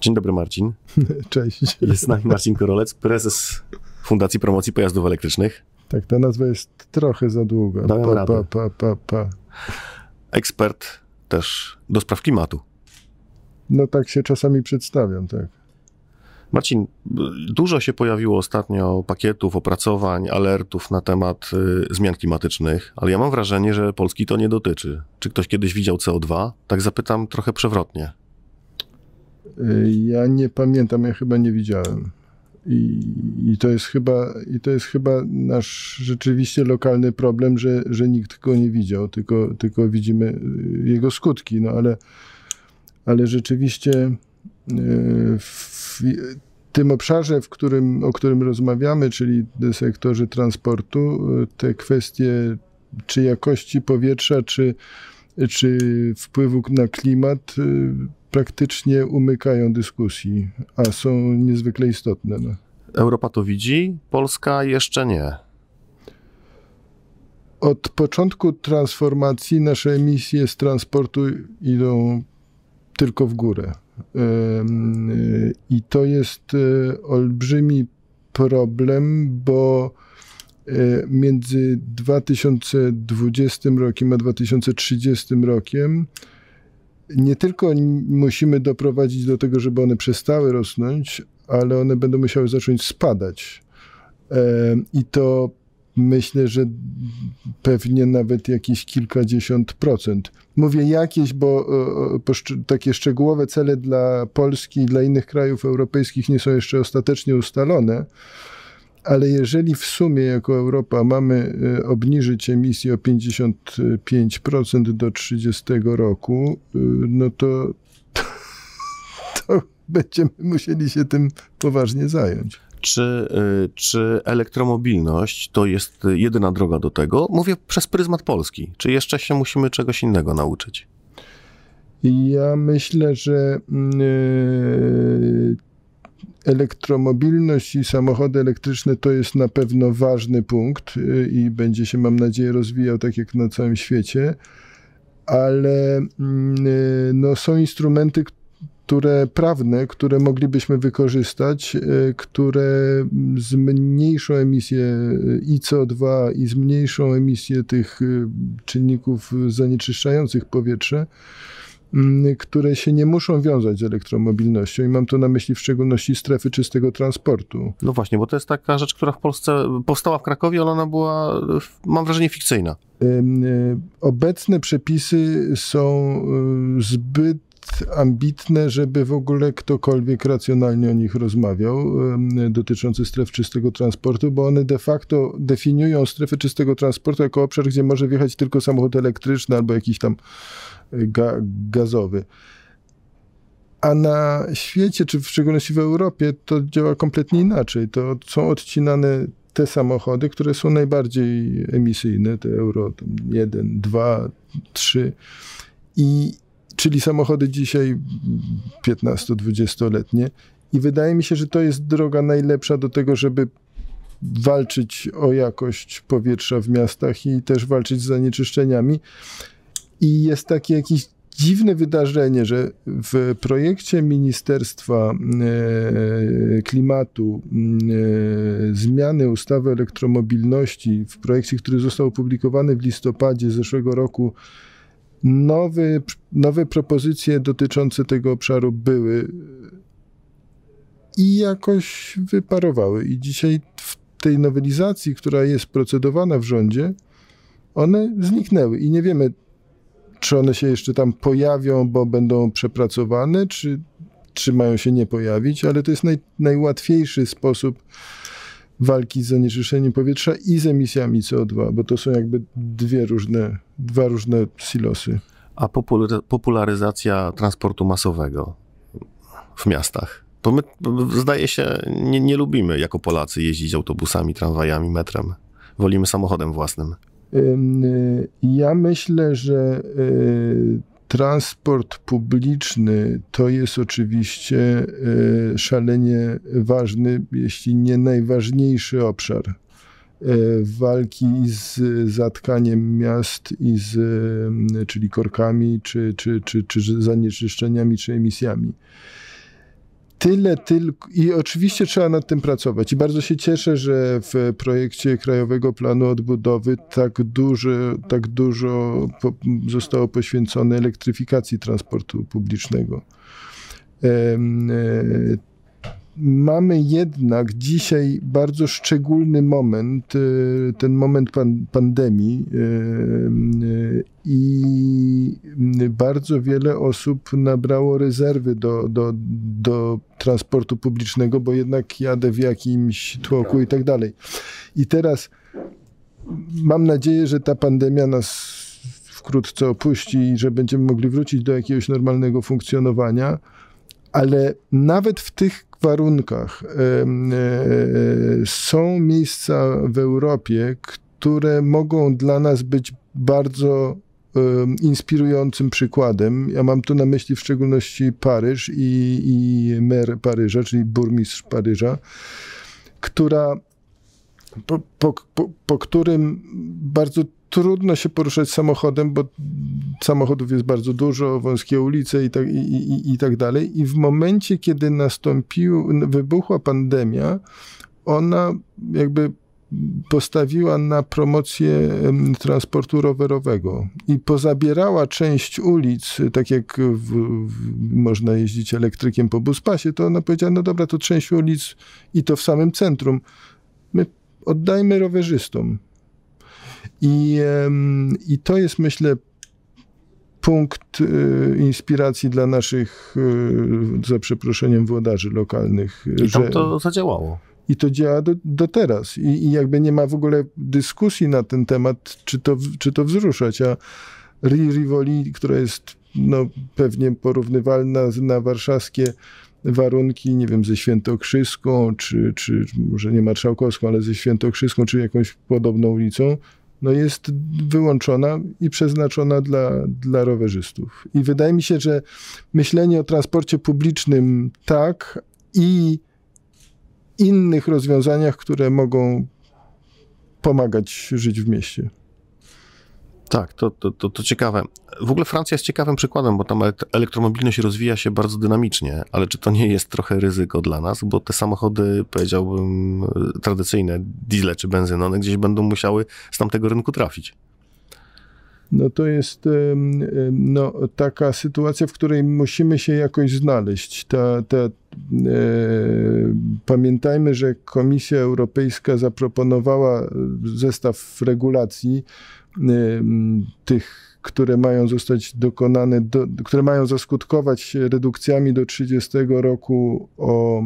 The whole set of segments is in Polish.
Dzień dobry, Marcin. Cześć. Jest z nami Marcin Korolec, prezes Fundacji Promocji Pojazdów Elektrycznych. Tak, ta nazwa jest trochę za długa. Dałem radę. Ekspert też do spraw klimatu. No tak się czasami przedstawiam, tak. Marcin, dużo się pojawiło ostatnio pakietów, opracowań, alertów na temat zmian klimatycznych, ale ja mam wrażenie, że Polski to nie dotyczy. Czy ktoś kiedyś widział CO2? Tak zapytam trochę przewrotnie. Ja nie pamiętam, ja chyba nie widziałem. I to jest chyba nasz rzeczywiście lokalny problem, że nikt go nie widział, tylko widzimy jego skutki. No ale rzeczywiście w tym obszarze, o którym rozmawiamy, czyli w sektorze transportu, te kwestie czy jakości powietrza, czy wpływu na klimat praktycznie umykają dyskusji, a są niezwykle istotne. No. Europa to widzi, Polska jeszcze nie. Od początku transformacji nasze emisje z transportu idą tylko w górę. I to jest olbrzymi problem, bo między 2020 rokiem a 2030 rokiem nie tylko musimy doprowadzić do tego, żeby one przestały rosnąć, ale one będą musiały zacząć spadać. I to myślę, że pewnie nawet jakieś kilkadziesiąt procent. Mówię jakieś, bo takie szczegółowe cele dla Polski i dla innych krajów europejskich nie są jeszcze ostatecznie ustalone, ale jeżeli w sumie jako Europa mamy obniżyć emisję o 55% do 30 roku, no to będziemy musieli się tym poważnie zająć. Czy elektromobilność to jest jedyna droga do tego? Mówię przez pryzmat Polski. Czy jeszcze się musimy czegoś innego nauczyć? Ja myślę, że elektromobilność i samochody elektryczne to jest na pewno ważny punkt i będzie się, mam nadzieję, rozwijał tak jak na całym świecie, ale no, są instrumenty prawne, które moglibyśmy wykorzystać, które zmniejszą emisję i CO2 i zmniejszą emisję tych czynników zanieczyszczających powietrze, które się nie muszą wiązać z elektromobilnością i mam tu na myśli w szczególności strefy czystego transportu. No właśnie, bo to jest taka rzecz, która w Polsce powstała w Krakowie, ale ona była, mam wrażenie, fikcyjna. Obecne przepisy są zbyt ambitne, żeby w ogóle ktokolwiek racjonalnie o nich rozmawiał, dotyczące stref czystego transportu, bo one de facto definiują strefę czystego transportu jako obszar, gdzie może wjechać tylko samochód elektryczny albo jakiś tam gazowy. A na świecie, czy w szczególności w Europie, to działa kompletnie inaczej. To są odcinane te samochody, które są najbardziej emisyjne, te Euro 1, 2, 3 czyli samochody dzisiaj 15-20-letnie. I wydaje mi się, że to jest droga najlepsza do tego, żeby walczyć o jakość powietrza w miastach i też walczyć z zanieczyszczeniami. I jest takie jakieś dziwne wydarzenie, że w projekcie Ministerstwa Klimatu zmiany ustawy o elektromobilności, w projekcie, który został opublikowany w listopadzie zeszłego roku, nowe propozycje dotyczące tego obszaru były i jakoś wyparowały. I dzisiaj w tej nowelizacji, która jest procedowana w rządzie, one zniknęły i nie wiemy, czy one się jeszcze tam pojawią, bo będą przepracowane, czy mają się nie pojawić, ale to jest najłatwiejszy sposób walki z zanieczyszczeniem powietrza i z emisjami CO2, bo to są jakby dwa różne silosy. A popularyzacja transportu masowego w miastach? To my, zdaje się, nie lubimy jako Polacy jeździć autobusami, tramwajami, metrem. Wolimy samochodem własnym. Ja myślę, że transport publiczny to jest oczywiście szalenie ważny, jeśli nie najważniejszy obszar walki z zatkaniem miast czyli korkami, czy zanieczyszczeniami, czy emisjami. tyle tylko. I oczywiście trzeba nad tym pracować. I bardzo się cieszę, że w projekcie Krajowego Planu Odbudowy tak dużo zostało poświęcone elektryfikacji transportu publicznego. Mamy jednak dzisiaj bardzo szczególny moment, ten moment pandemii i bardzo wiele osób nabrało rezerwy do transportu publicznego, bo jednak jadę w jakimś tłoku i tak dalej. I teraz mam nadzieję, że ta pandemia nas wkrótce opuści i że będziemy mogli wrócić do jakiegoś normalnego funkcjonowania, ale nawet w tych warunkach są miejsca w Europie, które mogą dla nas być bardzo inspirującym przykładem. Ja mam tu na myśli w szczególności Paryż i mer Paryża, czyli burmistrz Paryża, która po którym bardzo trudno się poruszać samochodem, bo samochodów jest bardzo dużo, wąskie ulice i tak dalej. I w momencie, kiedy wybuchła pandemia, ona jakby postawiła na promocję transportu rowerowego i pozabierała część ulic, tak jak można jeździć elektrykiem po buspasie, to ona powiedziała, no dobra, to część ulic i to w samym centrum, my oddajmy rowerzystom. I to jest, myślę, punkt inspiracji dla naszych, za przeproszeniem, włodarzy lokalnych. I tam to zadziałało. I to działa do teraz. I jakby nie ma w ogóle dyskusji na ten temat, czy to wzruszać. A Rivoli, która jest pewnie porównywalna na warszawskie warunki, nie wiem, ze Świętokrzyską, czy może nie Marszałkowską, ale ze Świętokrzyską, czy jakąś podobną ulicą, jest wyłączona i przeznaczona dla rowerzystów. I wydaje mi się, że myślenie o transporcie publicznym tak i innych rozwiązaniach, które mogą pomagać żyć w mieście. Tak, to ciekawe. W ogóle Francja jest ciekawym przykładem, bo tam elektromobilność rozwija się bardzo dynamicznie, ale czy to nie jest trochę ryzyko dla nas, bo te samochody, powiedziałbym, tradycyjne, diesle czy benzyny, one gdzieś będą musiały z tamtego rynku trafić. To jest taka sytuacja, w której musimy się jakoś znaleźć. Pamiętajmy, że Komisja Europejska zaproponowała zestaw regulacji tych, które mają zostać dokonane, które mają zaskutkować redukcjami do 30 roku o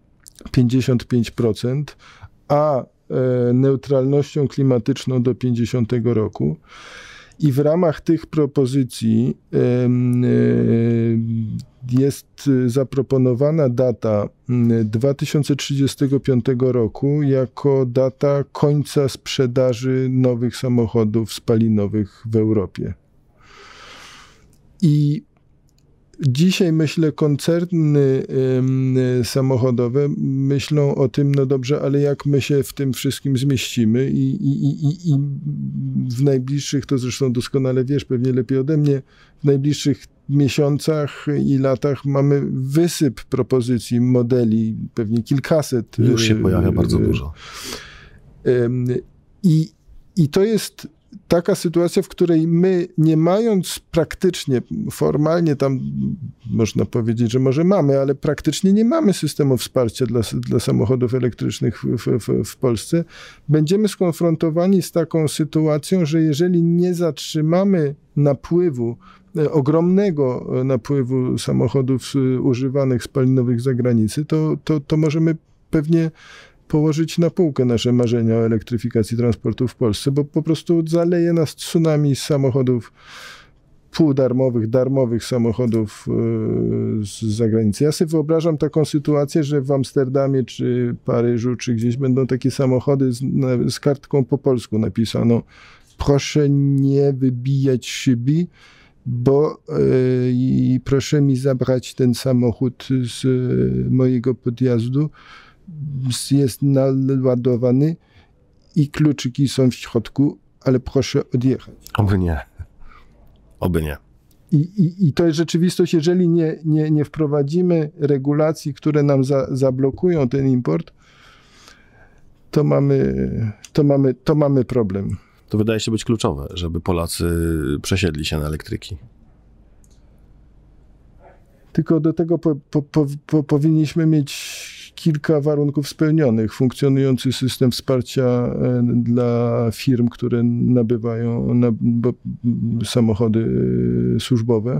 55%, a neutralnością klimatyczną do 50 roku. I w ramach tych propozycji jest zaproponowana data 2035 roku jako data końca sprzedaży nowych samochodów spalinowych w Europie. I dzisiaj, myślę, koncerny samochodowe myślą o tym, no dobrze, ale jak my się w tym wszystkim zmieścimy i w najbliższych, to zresztą doskonale wiesz, pewnie lepiej ode mnie, w najbliższych miesiącach i latach mamy wysyp propozycji, modeli, pewnie kilkaset. Już się pojawia bardzo dużo. I to jest taka sytuacja, w której my, nie mając praktycznie, formalnie tam można powiedzieć, że może mamy, ale praktycznie nie mamy systemu wsparcia dla samochodów elektrycznych w Polsce, będziemy skonfrontowani z taką sytuacją, że jeżeli nie zatrzymamy napływu, ogromnego napływu samochodów używanych spalinowych z zagranicy, to możemy pewnie położyć na półkę nasze marzenia o elektryfikacji transportu w Polsce, bo po prostu zaleje nas tsunami z samochodów półdarmowych, darmowych samochodów z zagranicy. Ja sobie wyobrażam taką sytuację, że w Amsterdamie, czy Paryżu, czy gdzieś będą takie samochody z kartką po polsku napisano: proszę nie wybijać szyby, bo i proszę mi zabrać ten samochód z mojego podjazdu, jest naładowany i kluczyki są w środku, ale proszę odjechać. Oby nie. Oby nie. I to jest rzeczywistość, jeżeli nie wprowadzimy regulacji, które nam zablokują ten import, to mamy problem. To wydaje się być kluczowe, żeby Polacy przesiedli się na elektryki. Tylko do tego powinniśmy mieć kilka warunków spełnionych. Funkcjonujący system wsparcia dla firm, które nabywają samochody służbowe.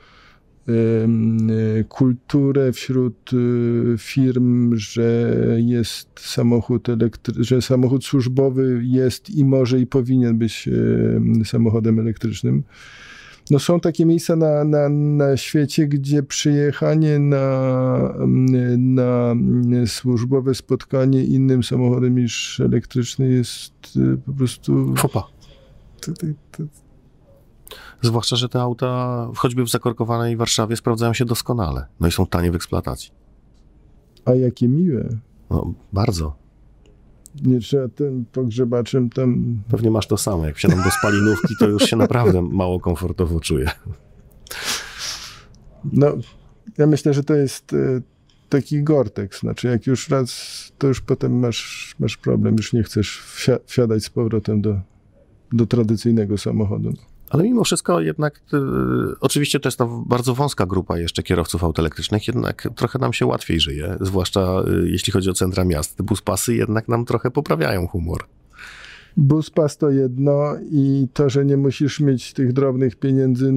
Kulturę wśród firm, że jest że samochód służbowy jest i może i powinien być samochodem elektrycznym. No są takie miejsca na świecie, gdzie przyjechanie na służbowe spotkanie innym samochodem niż elektryczny jest po prostu... Fopa. Zwłaszcza, że te auta, choćby w zakorkowanej Warszawie, sprawdzają się doskonale. No i są tanie w eksploatacji. A jakie miłe. No, bardzo. Nie trzeba tym pogrzebaczem tam... Pewnie masz to samo. Jak wsiadam do spalinówki, to już się naprawdę mało komfortowo czuję. No, ja myślę, że to jest taki Gore-Tex. Znaczy, jak już raz, to już potem masz problem. Już nie chcesz wsiadać z powrotem do tradycyjnego samochodu. Ale mimo wszystko jednak, oczywiście to jest ta bardzo wąska grupa jeszcze kierowców aut elektrycznych, jednak trochę nam się łatwiej żyje, zwłaszcza jeśli chodzi o centra miast. Te buspasy jednak nam trochę poprawiają humor. Buspas to jedno i to, że nie musisz mieć tych drobnych pieniędzy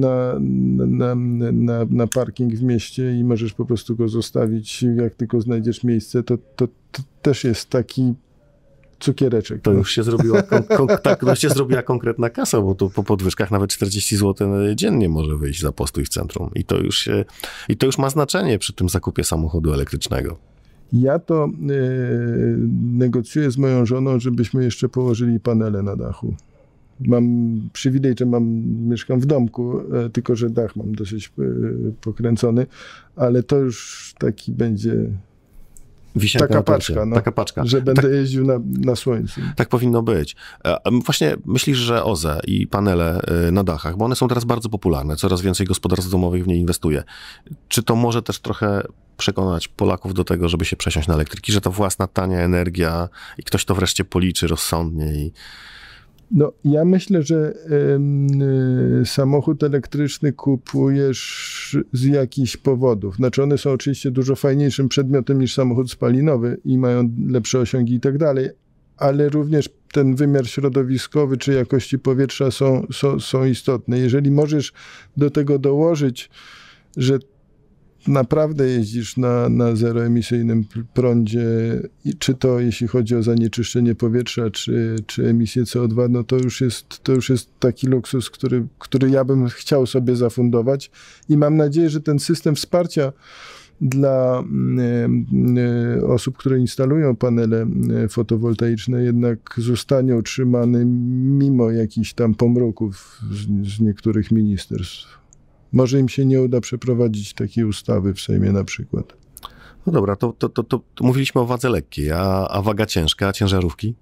na parking w mieście i możesz po prostu go zostawić, jak tylko znajdziesz miejsce, to też jest taki cukiereczek. To już się zrobiła, zrobiła konkretna kasa, bo to po podwyżkach nawet 40 zł dziennie może wyjść za postój w centrum. I to już ma znaczenie przy tym zakupie samochodu elektrycznego. Ja to negocjuję z moją żoną, żebyśmy jeszcze położyli panele na dachu. Mam przywilej, że mieszkam w domku, tylko że dach mam dosyć pokręcony, ale to już taki będzie... Taka paczka, że będę jeździł na słońcu. Tak powinno być. Właśnie myślisz, że OZE i panele na dachach, bo one są teraz bardzo popularne, coraz więcej gospodarstw domowych w nie inwestuje. Czy to może też trochę przekonać Polaków do tego, żeby się przesiąść na elektryki, że to własna tania energia i ktoś to wreszcie policzy rozsądnie? No, ja myślę, że samochód elektryczny kupujesz z jakichś powodów. Znaczy one są oczywiście dużo fajniejszym przedmiotem niż samochód spalinowy i mają lepsze osiągi i tak dalej, ale również ten wymiar środowiskowy czy jakości powietrza są istotne. Jeżeli możesz do tego dołożyć, że naprawdę jeździsz na zeroemisyjnym prądzie, czy to jeśli chodzi o zanieczyszczenie powietrza, czy emisję CO2, no to już jest taki luksus, który ja bym chciał sobie zafundować i mam nadzieję, że ten system wsparcia dla osób, które instalują panele fotowoltaiczne jednak zostanie utrzymany mimo jakichś tam pomruków z niektórych ministerstw. Może im się nie uda przeprowadzić takiej ustawy w Sejmie na przykład. No dobra, to mówiliśmy o wadze lekkiej, a waga ciężka, ciężarówki?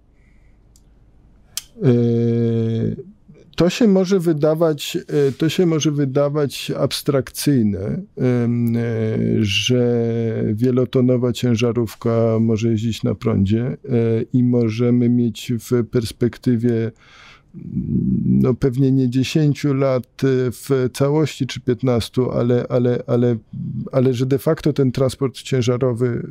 To się może wydawać abstrakcyjne, że wielotonowa ciężarówka może jeździć na prądzie i możemy mieć w perspektywie no pewnie nie 10 lat w całości, czy 15, ale że de facto ten transport ciężarowy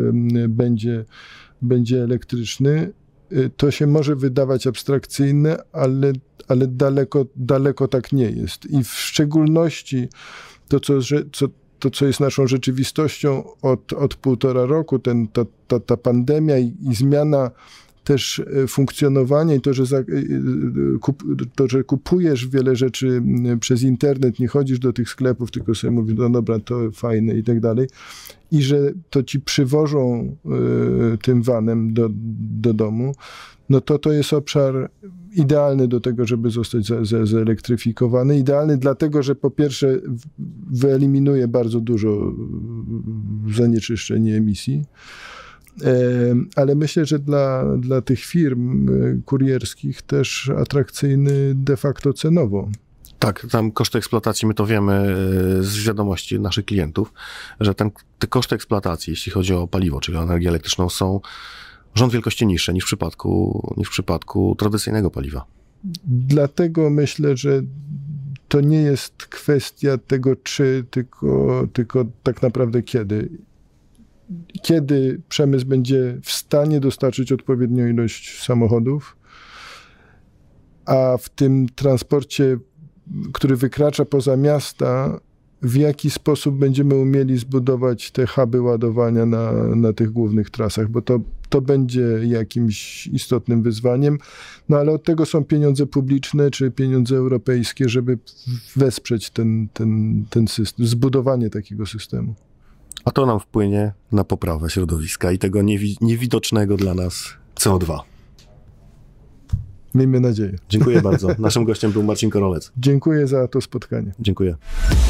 będzie elektryczny, to się może wydawać abstrakcyjne, ale daleko tak nie jest. I w szczególności to, co jest naszą rzeczywistością od 1,5 roku, ta pandemia i zmiana też funkcjonowanie i to, że kupujesz wiele rzeczy przez internet, nie chodzisz do tych sklepów, tylko sobie mówisz, no dobra, to fajne i tak dalej. I że to ci przywożą tym vanem do domu, no to jest obszar idealny do tego, żeby zostać zelektryfikowany. Idealny dlatego, że po pierwsze wyeliminuje bardzo dużo zanieczyszczeń i emisji. Ale myślę, że dla tych firm kurierskich też atrakcyjny de facto cenowo. Tak, tam koszty eksploatacji, my to wiemy z wiadomości naszych klientów, że te koszty eksploatacji, jeśli chodzi o paliwo, czyli o energię elektryczną, są rząd wielkości niższe niż w przypadku tradycyjnego paliwa. Dlatego myślę, że to nie jest kwestia tego czy, tylko tak naprawdę kiedy. Kiedy przemysł będzie w stanie dostarczyć odpowiednią ilość samochodów, a w tym transporcie, który wykracza poza miasta, w jaki sposób będziemy umieli zbudować te huby ładowania na tych głównych trasach, bo to będzie jakimś istotnym wyzwaniem. No ale od tego są pieniądze publiczne czy pieniądze europejskie, żeby wesprzeć ten system, zbudowanie takiego systemu. A to nam wpłynie na poprawę środowiska i tego niewidocznego dla nas CO2. Miejmy nadzieję. Dziękuję bardzo. Naszym gościem był Marcin Korolec. Dziękuję za to spotkanie. Dziękuję.